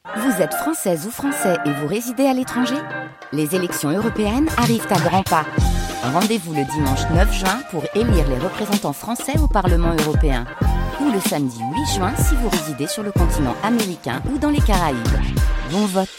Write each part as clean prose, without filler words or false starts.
Vous êtes française ou français et vous résidez à l'étranger ? Les élections européennes arrivent à grands pas. Rendez-vous le dimanche 9 juin pour élire les représentants français au Parlement européen. Ou le samedi 8 juin si vous résidez sur le continent américain ou dans les Caraïbes. Bon vote.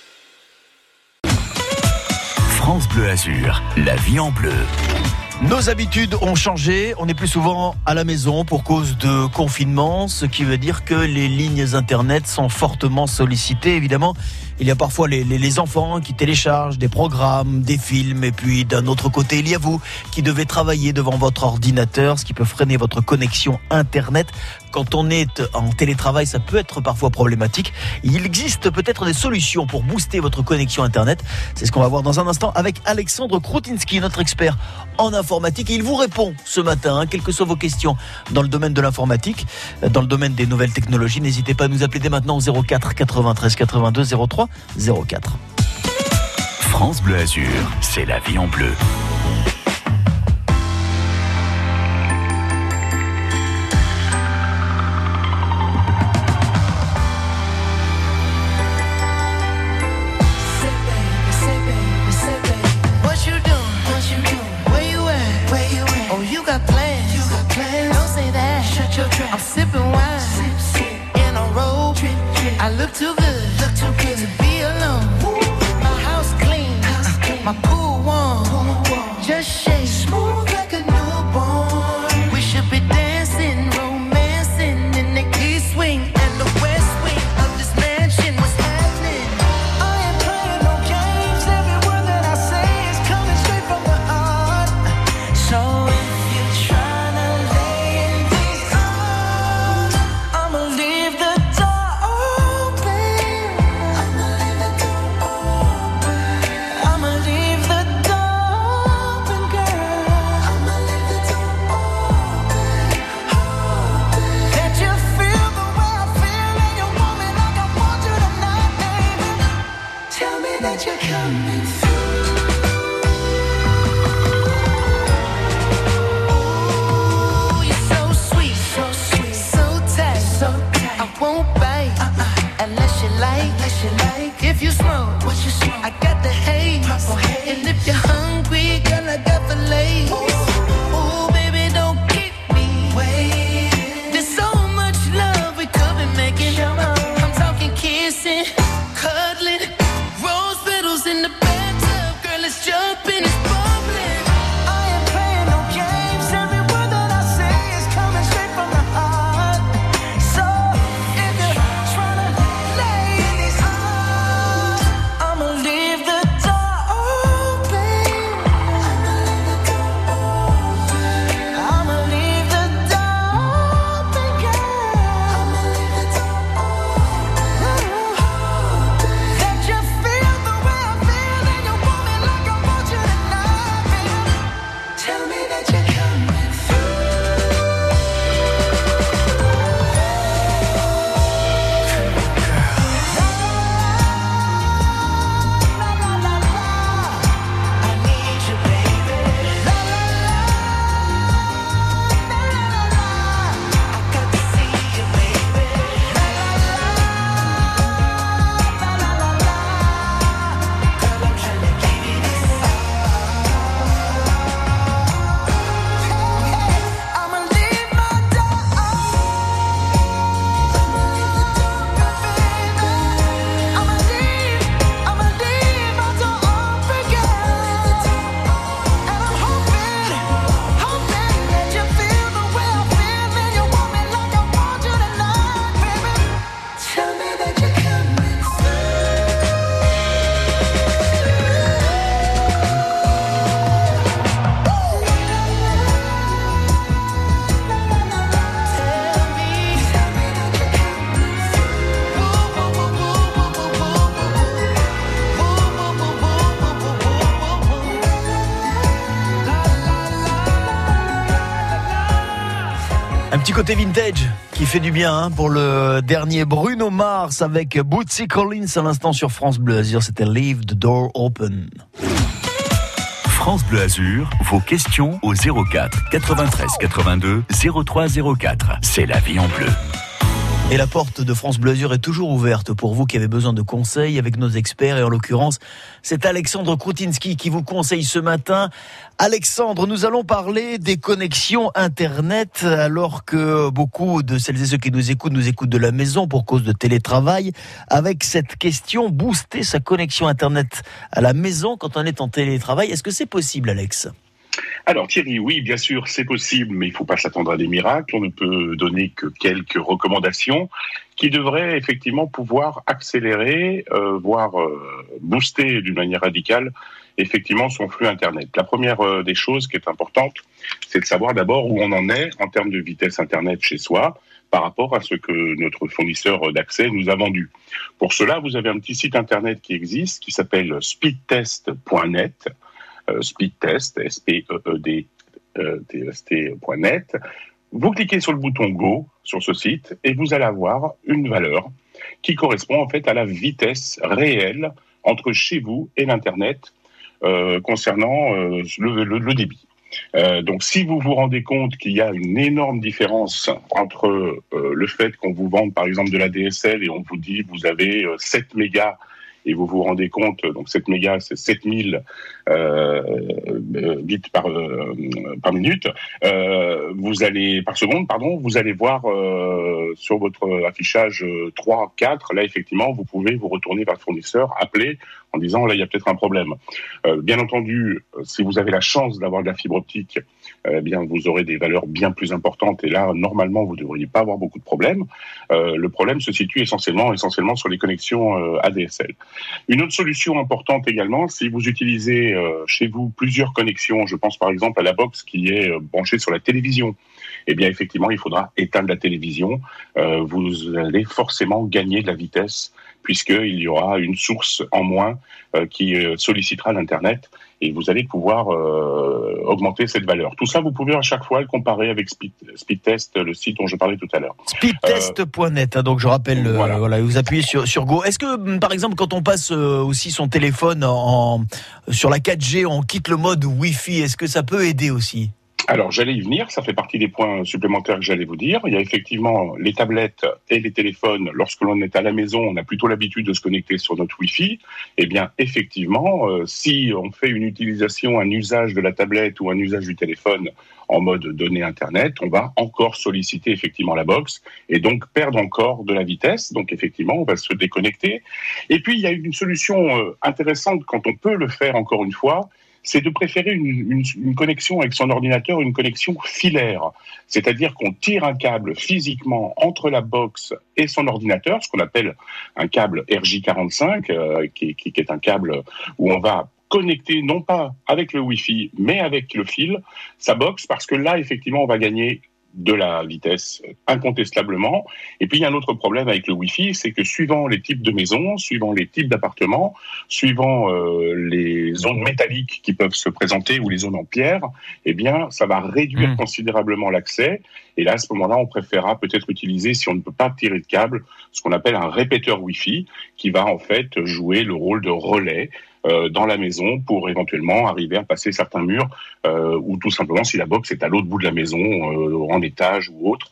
France Bleu Azur, la vie en bleu. Nos habitudes ont changé, on est plus souvent à la maison pour cause de confinement, ce qui veut dire que les lignes internet sont fortement sollicitées. Évidemment, il y a parfois les enfants qui téléchargent des programmes, des films, et puis d'un autre côté, il y a vous qui devez travailler devant votre ordinateur, ce qui peut freiner votre connexion internet. Quand on est en télétravail, ça peut être parfois problématique. Il existe peut-être des solutions pour booster votre connexion internet. C'est ce qu'on va voir dans un instant avec Alexandre Kroutinski, notre expert en informatique. Et il vous répond ce matin, quelles que soient vos questions dans le domaine de l'informatique, dans le domaine des nouvelles technologies. N'hésitez pas à nous appeler dès maintenant au 04 93 82 03 04. France Bleu Azur, c'est la vie en bleu. I'm sipping wine in a robe. I look too good to be alone. My house clean, my pool warm. Just shake smooth like a newborn. We should be dancing, romancing in the east swing and the west wing of this mansion. What's happening? I ain't playing no games. Every word that I say is coming straight from the heart. So if you're trying to lay in these arms, I'ma leave the door open. I'ma leave the door open. I'ma leave the door open, girl. I'ma leave the door open. That you feel the way I feel and you want me like I want you tonight, baby. Tell me that you're coming through. Ooh, you're so sweet, so tight. I won't bite unless you like. If you smoke, I got the haze. And if you're hungry, girl, I got the lace. Ooh, baby, don't keep me waiting. There's so much love we could be making. I'm talking kissing, cuddling, rose petals in the bathtub. Girl, let's jump in, it's bubbling. I ain't playing no games. Every word that I say is coming straight from the heart. So if you're trying to lay in these arms, I'ma leave the door open. I'ma leave the door open, girl. I'ma leave the door open. That you feel the way I feel and you want me like I want you tonight, baby. Tell me that you're coming through. I need you, baby. I got to see you, baby. Girl, I'm trying to give you this I'ma leave my door open. I'ma leave my door open, girl. And I'm hoping that you feel the way I feel and you want me like I want you tonight, baby. Tell me that you're coming Un petit côté vintage qui fait du bien pour le dernier Bruno Mars avec Bootsy Collins à l'instant sur France Bleu Azur. C'était Leave the Door Open. France Bleu Azur, vos questions au 04 93 82 03 04. C'est la vie en bleu. Et la porte de France Bleu Azur est toujours ouverte pour vous qui avez besoin de conseils avec nos experts. Et en l'occurrence, c'est Alexandre Kroutinski qui vous conseille ce matin. Alexandre, nous allons parler des connexions Internet alors que beaucoup de celles et ceux qui nous écoutent de la maison pour cause de télétravail. Avec cette question, booster sa connexion Internet à la maison quand on est en télétravail, est-ce que c'est possible, Alex ? Alors Thierry, oui, bien sûr, c'est possible, mais il ne faut pas s'attendre à des miracles. On ne peut donner que quelques recommandations qui devraient effectivement pouvoir accélérer, voire booster d'une manière radicale, effectivement, son flux Internet. La première des choses qui est importante, c'est de savoir d'abord où on en est en termes de vitesse Internet chez soi par rapport à ce que notre fournisseur d'accès nous a vendu. Pour cela, vous avez un petit site Internet qui existe, qui s'appelle speedtest.net. Speedtest, SPEEDTEST.net. Vous cliquez sur le bouton Go sur ce site et vous allez avoir une valeur qui correspond en fait à la vitesse réelle entre chez vous et l'Internet concernant le débit. Donc si vous vous rendez compte qu'il y a une énorme différence entre le fait qu'on vous vende par exemple de la DSL et on vous dit vous avez 7 mégas et vous vous rendez compte, donc 7 mégas, c'est 7000 bits par minute, par seconde, vous allez voir sur votre affichage 3, 4, là effectivement, vous pouvez vous retourner vers le fournisseur, appeler en disant là il y a peut-être un problème. Bien entendu, si vous avez la chance d'avoir de la fibre optique, bien vous aurez des valeurs bien plus importantes et là normalement vous ne devriez pas avoir beaucoup de problèmes. Le problème se situe essentiellement sur les connexions ADSL. Une autre solution importante également, si vous utilisez chez vous plusieurs connexions, je pense par exemple à la box qui est branchée sur la télévision, eh bien effectivement il faudra éteindre la télévision. Vous allez forcément gagner de la vitesse puisqu'il y aura une source en moins qui sollicitera l'Internet et vous allez pouvoir augmenter cette valeur. Tout ça, vous pouvez à chaque fois le comparer avec Speedtest, le site dont je parlais tout à l'heure. Speedtest.net, donc je rappelle, voilà, vous appuyez sur Go. Est-ce que, par exemple, quand on passe aussi son téléphone sur la 4G, on quitte le mode Wi-Fi, est-ce que ça peut aider aussi ? Alors, j'allais y venir, ça fait partie des points supplémentaires que j'allais vous dire. Il y a effectivement les tablettes et les téléphones. Lorsque l'on est à la maison, on a plutôt l'habitude de se connecter sur notre Wi-Fi. Eh bien, effectivement, si on fait un usage de la tablette ou un usage du téléphone en mode données Internet, on va encore solliciter effectivement la box et donc perdre encore de la vitesse. Donc, effectivement, on va se déconnecter. Et puis, il y a une solution intéressante quand on peut le faire encore une fois, c'est de préférer une connexion avec son ordinateur, une connexion filaire. C'est-à-dire qu'on tire un câble physiquement entre la box et son ordinateur, ce qu'on appelle un câble RJ45, qui est un câble où on va connecter non pas avec le Wi-Fi, mais avec le fil, sa box, parce que là, effectivement, on va gagner de la vitesse incontestablement. Et puis il y a un autre problème avec le Wi-Fi, c'est que suivant les types de maisons, suivant les types d'appartements, suivant les zones métalliques qui peuvent se présenter ou les zones en pierre, eh bien ça va réduire considérablement l'accès. Et là, à ce moment-là, on préférera peut-être utiliser, si on ne peut pas tirer de câble, ce qu'on appelle un répéteur Wi-Fi, qui va en fait jouer le rôle de relais dans la maison pour éventuellement arriver à passer certains murs ou tout simplement si la box est à l'autre bout de la maison, en étage ou autre,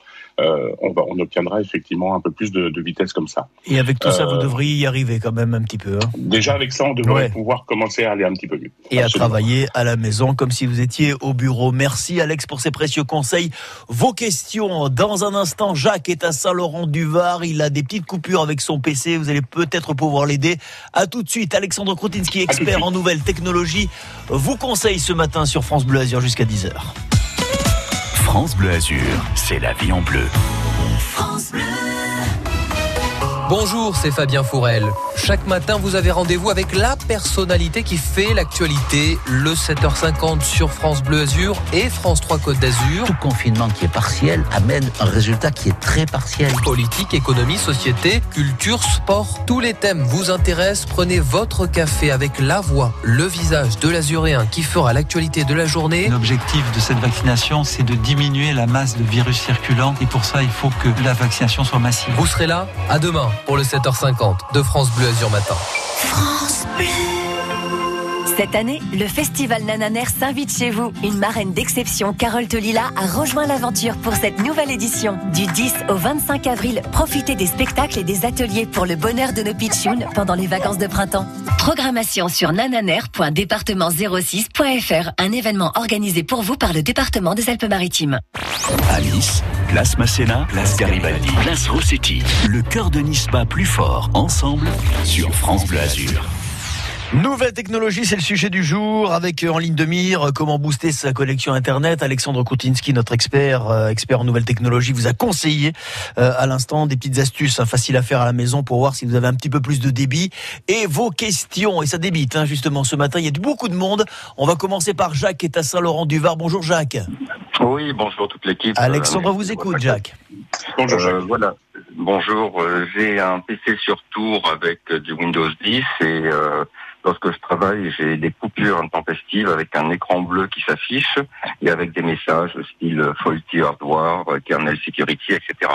on obtiendra effectivement un peu plus de vitesse comme ça. Et avec tout ça, vous devriez y arriver quand même un petit peu. Hein. Déjà avec ça, on devrait pouvoir commencer à aller un petit peu mieux. Et absolument. À travailler à la maison comme si vous étiez au bureau. Merci Alex pour ces précieux conseils. Vos questions dans un instant. Jacques est à Saint-Laurent-du-Var. Il a des petites coupures avec son PC. Vous allez peut-être pouvoir l'aider. À tout de suite. Alexandre Kroutinski, expert en nouvelles technologies, vous conseille ce matin sur France Bleu Azur jusqu'à 10h. France Bleu Azur, c'est la vie en bleu. France Bleu. Bonjour, c'est Fabien Fourel. Chaque matin, vous avez rendez-vous avec la personnalité qui fait l'actualité. Le 7h50 sur France Bleu Azur et France 3 Côte d'Azur. Tout confinement qui est partiel amène un résultat qui est très partiel. Politique, économie, société, culture, sport. Tous les thèmes vous intéressent. Prenez votre café avec la voix, le visage de l'Azuréen qui fera l'actualité de la journée. L'objectif de cette vaccination, c'est de diminuer la masse de virus circulant. Et pour ça, il faut que la vaccination soit massive. Vous serez là à demain pour le 7h50 de France Bleu Azur Matin. France Bleu. Cette année, le festival Nananer s'invite chez vous. Une marraine d'exception, Carole Tolila, a rejoint l'aventure pour cette nouvelle édition. Du 10 au 25 avril, profitez des spectacles et des ateliers pour le bonheur de nos pitchouns pendant les vacances de printemps. Programmation sur nananer.département06.fr, un événement organisé pour vous par le département des Alpes-Maritimes. À Nice, place Masséna, place Garibaldi, place Rossetti. Le cœur de Nice bat plus fort ensemble sur France Bleu Azur. Nouvelle technologie, c'est le sujet du jour, avec en ligne de mire comment booster sa connexion Internet. Alexandre Koutinsky, notre expert en nouvelles technologies, vous a conseillé à l'instant des petites astuces faciles à faire à la maison pour voir si vous avez un petit peu plus de débit. Et vos questions, et ça débite justement ce matin, il y a beaucoup de monde. On va commencer par Jacques qui est à Saint-Laurent-du-Var. Bonjour Jacques. Oui, bonjour toute l'équipe. Alexandre vous écoute Jacques. Bonjour Jacques. Voilà. Bonjour, j'ai un PC sur tour avec du Windows 10 et lorsque je travaille, j'ai des coupures intempestives avec un écran bleu qui s'affiche et avec des messages style faulty hardware, kernel security, etc.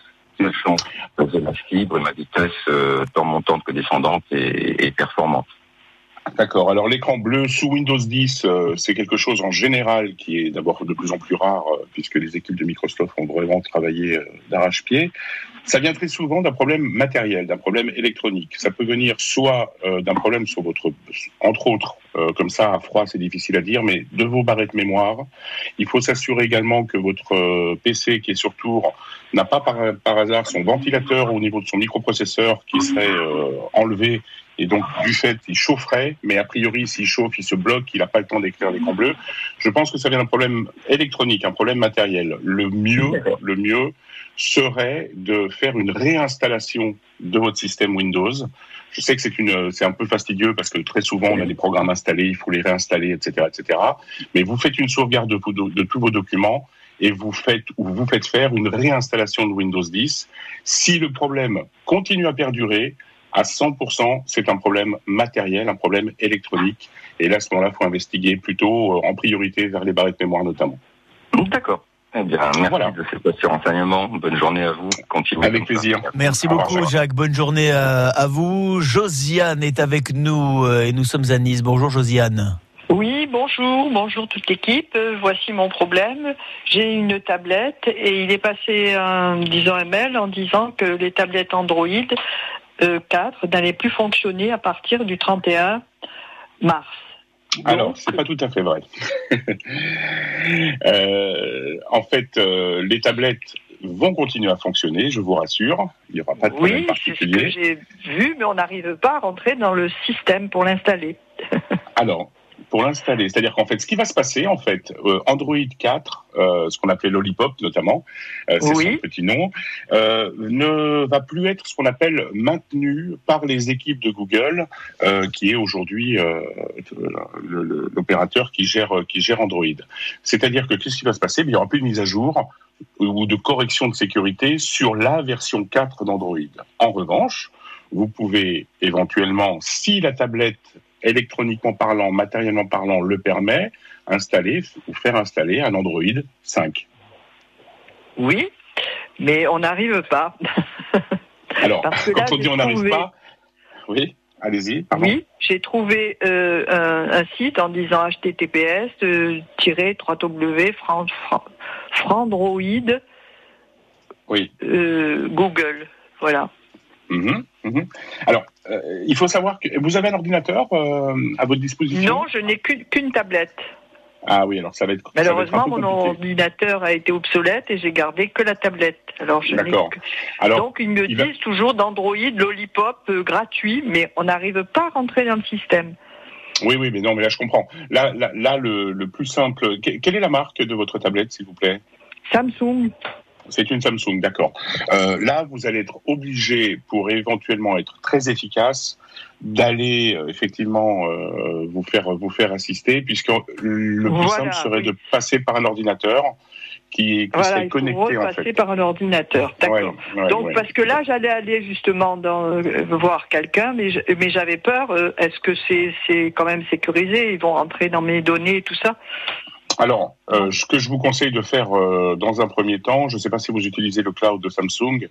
Je change ma fibre et ma vitesse tant montante que descendante et performante. D'accord. Alors l'écran bleu sous Windows 10, c'est quelque chose en général qui est d'abord de plus en plus rare puisque les équipes de Microsoft ont vraiment travaillé d'arrache-pied. Ça vient très souvent d'un problème matériel, d'un problème électronique. Ça peut venir soit d'un problème sur votre, entre autres, comme ça à froid c'est difficile à dire, mais de vos barrettes mémoire. Il faut s'assurer également que votre PC qui est sur tour n'a pas par hasard son ventilateur au niveau de son microprocesseur qui serait enlevé. Et donc, du fait, il chaufferait, mais a priori, s'il chauffe, il se bloque, il n'a pas le temps d'écrire l'écran bleu. Je pense que ça vient d'un problème électronique, un problème matériel. Le mieux serait de faire une réinstallation de votre système Windows. Je sais que c'est un peu fastidieux parce que très souvent, on a des programmes installés, il faut les réinstaller, etc., etc. Mais vous faites une sauvegarde de tous vos documents et vous faites faire une réinstallation de Windows 10. Si le problème continue à perdurer, à 100%, c'est un problème matériel, un problème électronique. Et là, à ce moment-là, il faut investiguer plutôt en priorité vers les barrettes mémoire notamment. D'accord. Eh bien, merci de ces petits renseignements. Bonne journée à vous. Continuez. Avec plaisir. Merci beaucoup, Jacques. Bonne journée à vous. Josiane est avec nous et nous sommes à Nice. Bonjour, Josiane. Oui, bonjour toute l'équipe. Voici mon problème. J'ai une tablette et il est passé un mail en disant que les tablettes Android 4 n'allait plus fonctionner à partir du 31 mars. Alors, c'est pas tout à fait vrai. En fait, les tablettes vont continuer à fonctionner, je vous rassure. Il n'y aura pas de problème particulier. Oui, c'est ce que j'ai vu, mais on n'arrive pas à rentrer dans le système pour l'installer. Alors, pour l'installer, c'est-à-dire qu'en fait, ce qui va se passer, en fait, Android 4, ce qu'on appelait Lollipop notamment, c'est son petit nom, ne va plus être ce qu'on appelle maintenu par les équipes de Google, qui est aujourd'hui l'opérateur qui gère Android. C'est-à-dire que qu'est-ce qui va se passer ? Il n'y aura plus de mise à jour ou de correction de sécurité sur la version 4 d'Android. En revanche, vous pouvez éventuellement, si la tablette électroniquement parlant, matériellement parlant, le permet, installer ou faire installer un Android 5. Oui, mais on n'arrive pas. Alors, quand on dit on n'arrive pas, oui, allez-y. Pardon. Oui, j'ai trouvé un site en disant https://frandroid Google, voilà. Alors, il faut savoir que vous avez un ordinateur à votre disposition ? Non, je n'ai qu'une tablette. Ah oui, alors ça va être. Malheureusement, mon ordinateur a été obsolète et j'ai gardé que la tablette. Alors je n'ai que... Donc ils me disent toujours d'Android, Lollipop gratuit, mais on n'arrive pas à rentrer dans le système. Oui, mais non, mais là je comprends. Là, le plus simple. Quelle est la marque de votre tablette, s'il vous plaît ? Samsung. C'est une Samsung, d'accord. Là, vous allez être obligé, pour éventuellement être très efficace, d'aller effectivement vous faire assister, puisque le plus simple serait de passer par un ordinateur qui serait connecté en fait. Passer par un ordinateur, d'accord. Donc parce que là, j'allais aller justement voir quelqu'un, mais j'avais peur. Est-ce que c'est quand même sécurisé ? Ils vont rentrer dans mes données et tout ça ? Alors, ce que je vous conseille de faire dans un premier temps, je ne sais pas si vous utilisez le cloud de Samsung,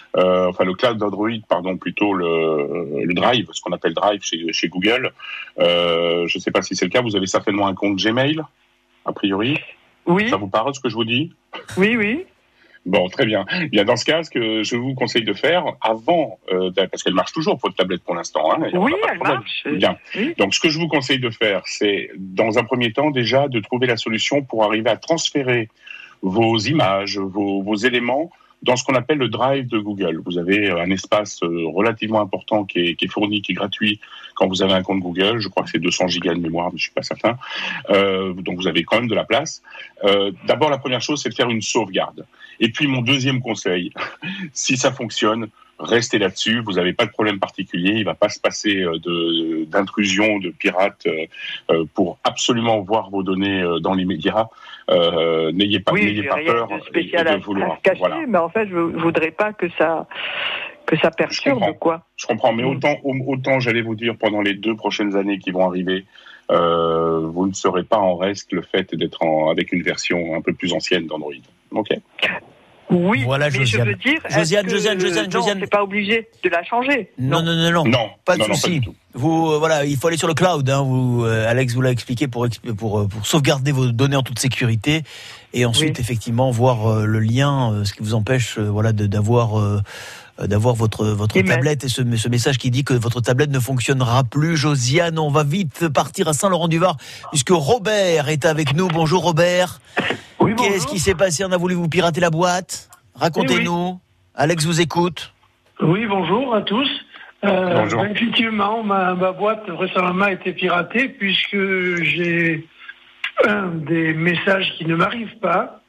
le cloud d'Android, plutôt le Drive, ce qu'on appelle Drive chez Google. Je ne sais pas si c'est le cas. Vous avez certainement un compte Gmail, a priori. Oui. Ça vous parle ce que je vous dis ? Oui. Bon, très bien. Bien, dans ce cas, ce que je vous conseille de faire avant, parce qu'elle marche toujours votre tablette pour l'instant. Oui, elle marche. Bien. Oui. Donc, ce que je vous conseille de faire, c'est, dans un premier temps, déjà, de trouver la solution pour arriver à transférer vos images, vos éléments dans ce qu'on appelle le Drive de Google. Vous avez un espace relativement important qui est fourni, qui est gratuit quand vous avez un compte Google. Je crois que c'est 200 gigas de mémoire, mais je suis pas certain. Donc vous avez quand même de la place. D'abord, la première chose, c'est de faire une sauvegarde. Et puis mon deuxième conseil, si ça fonctionne, restez là-dessus. Vous n'avez pas de problème particulier. Il ne va pas se passer d'intrusion, de pirates pour absolument voir vos données dans l'immédiat. N'ayez pas peur de vouloir. Cacher, voilà. Mais en fait, je ne voudrais pas que ça perturbe, quoi. Je comprends, mais autant, j'allais vous dire, pendant les 2 prochaines années qui vont arriver, vous ne serez pas en reste le fait d'être avec une version un peu plus ancienne d'Android. OK ? Oui, voilà, mais je veux dire, Josiane, c'est pas obligé de la changer. Non, pas de souci. Vous, il faut aller sur le cloud. Alex vous l'a expliqué pour sauvegarder vos données en toute sécurité et ensuite effectivement voir le lien, ce qui vous empêche, d'avoir votre tablette et ce message qui dit que votre tablette ne fonctionnera plus. Josiane, on va vite partir à Saint-Laurent-du-Var puisque Robert est avec nous. Bonjour Robert. Oui, bonjour. Qu'est-ce qui s'est passé ? On a voulu vous pirater la boîte ? Racontez-nous. Oui. Alex vous écoute. Oui, bonjour à tous. Bonjour. Effectivement, ma boîte récemment a été piratée puisque j'ai des messages qui ne m'arrivent pas.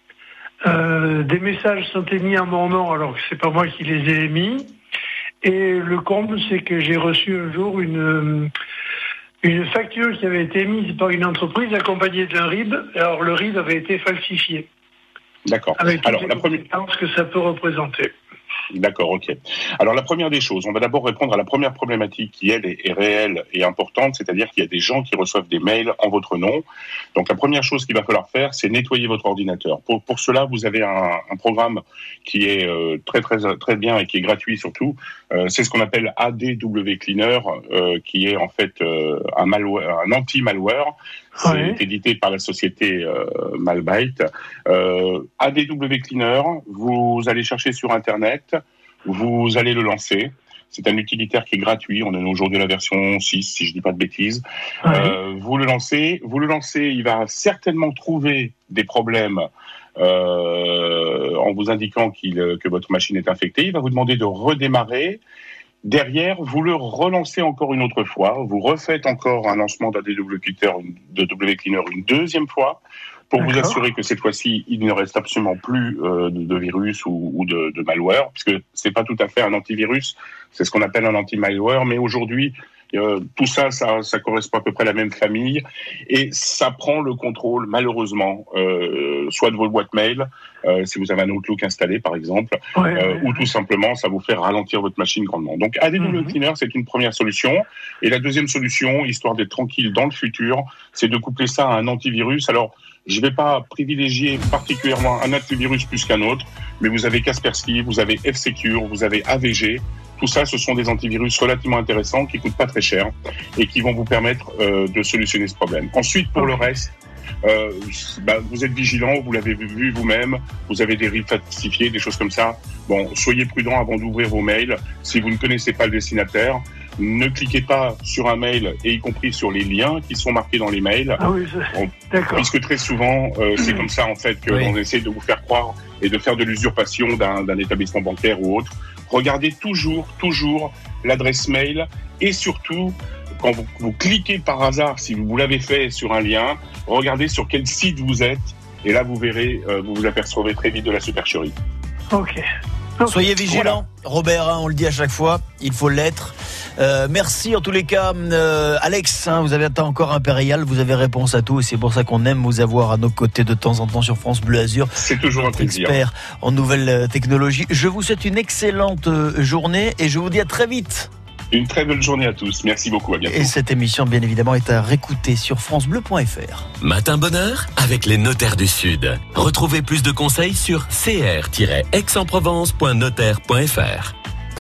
Des messages sont émis à mon nom alors que c'est pas moi qui les ai émis. Et le comble, c'est que j'ai reçu un jour une facture qui avait été émise par une entreprise accompagnée d'un RIB. Alors le RIB avait été falsifié. D'accord. Avec toutes les conséquences que ça peut représenter. D'accord, ok. Alors la première des choses, on va d'abord répondre à la première problématique qui, elle, est réelle et importante, c'est-à-dire qu'il y a des gens qui reçoivent des mails en votre nom. Donc la première chose qu'il va falloir faire, c'est nettoyer votre ordinateur. Pour cela, vous avez un programme qui est très très très bien et qui est gratuit surtout. C'est ce qu'on appelle ADW Cleaner, qui est en fait un anti-malware. C'est édité par la société Malbyte. ADW Cleaner, vous allez chercher sur Internet, vous allez le lancer. C'est un utilitaire qui est gratuit. On est aujourd'hui à la version 6, si je ne dis pas de bêtises. Vous le lancez, il va certainement trouver des problèmes en vous indiquant que votre machine est infectée. Il va vous demander de redémarrer. Derrière, vous le relancez encore une autre fois. Vous refaites encore un lancement d'ADW Cleaner une deuxième fois pour vous assurer que cette fois-ci, il ne reste absolument plus de virus ou de malware, puisque c'est pas tout à fait un antivirus, c'est ce qu'on appelle un anti-malware. Mais aujourd'hui, tout ça correspond à peu près à la même famille et ça prend le contrôle, malheureusement, soit de vos boîtes mail, si vous avez un Outlook installé par exemple, ou tout simplement ça vous fait ralentir votre machine grandement. Donc ADW Cleaner, c'est une première solution. Et la deuxième solution, histoire d'être tranquille dans le futur, c'est de coupler ça à un antivirus. Alors, je ne vais pas privilégier particulièrement un antivirus plus qu'un autre, mais vous avez Kaspersky, vous avez F-Secure, vous avez AVG. Tout ça, ce sont des antivirus relativement intéressants qui coûtent pas très cher et qui vont vous permettre de solutionner ce problème. Ensuite, pour le reste, vous êtes vigilant, vous l'avez vu vous-même, vous avez des RIB falsifiés, des choses comme ça. Bon, soyez prudent avant d'ouvrir vos mails. Si vous ne connaissez pas le destinataire, ne cliquez pas sur un mail, et y compris sur les liens qui sont marqués dans les mails. D'accord. Puisque très souvent, c'est comme ça en fait qu'on essaie de vous faire croire et de faire de l'usurpation d'un établissement bancaire ou autre. Regardez toujours l'adresse mail et surtout, quand vous cliquez par hasard, si vous l'avez fait sur un lien, regardez sur quel site vous êtes et là vous verrez, vous vous apercevrez très vite de la supercherie. Ok. Soyez vigilants, Robert, on le dit à chaque fois, il faut l'être. Merci en tous les cas, Alex, vous avez un temps encore impérial, vous avez réponse à tout et c'est pour ça qu'on aime vous avoir à nos côtés de temps en temps sur France Bleu Azur. C'est toujours un plaisir. Expert en nouvelles technologies. Je vous souhaite une excellente journée et je vous dis à très vite. Une très belle journée à tous. Merci beaucoup. À bientôt. Et cette émission, bien évidemment, est à réécouter sur francebleu.fr. Matin bonheur avec les notaires du Sud. Retrouvez plus de conseils sur cr-aix-en-provence.notaire.fr.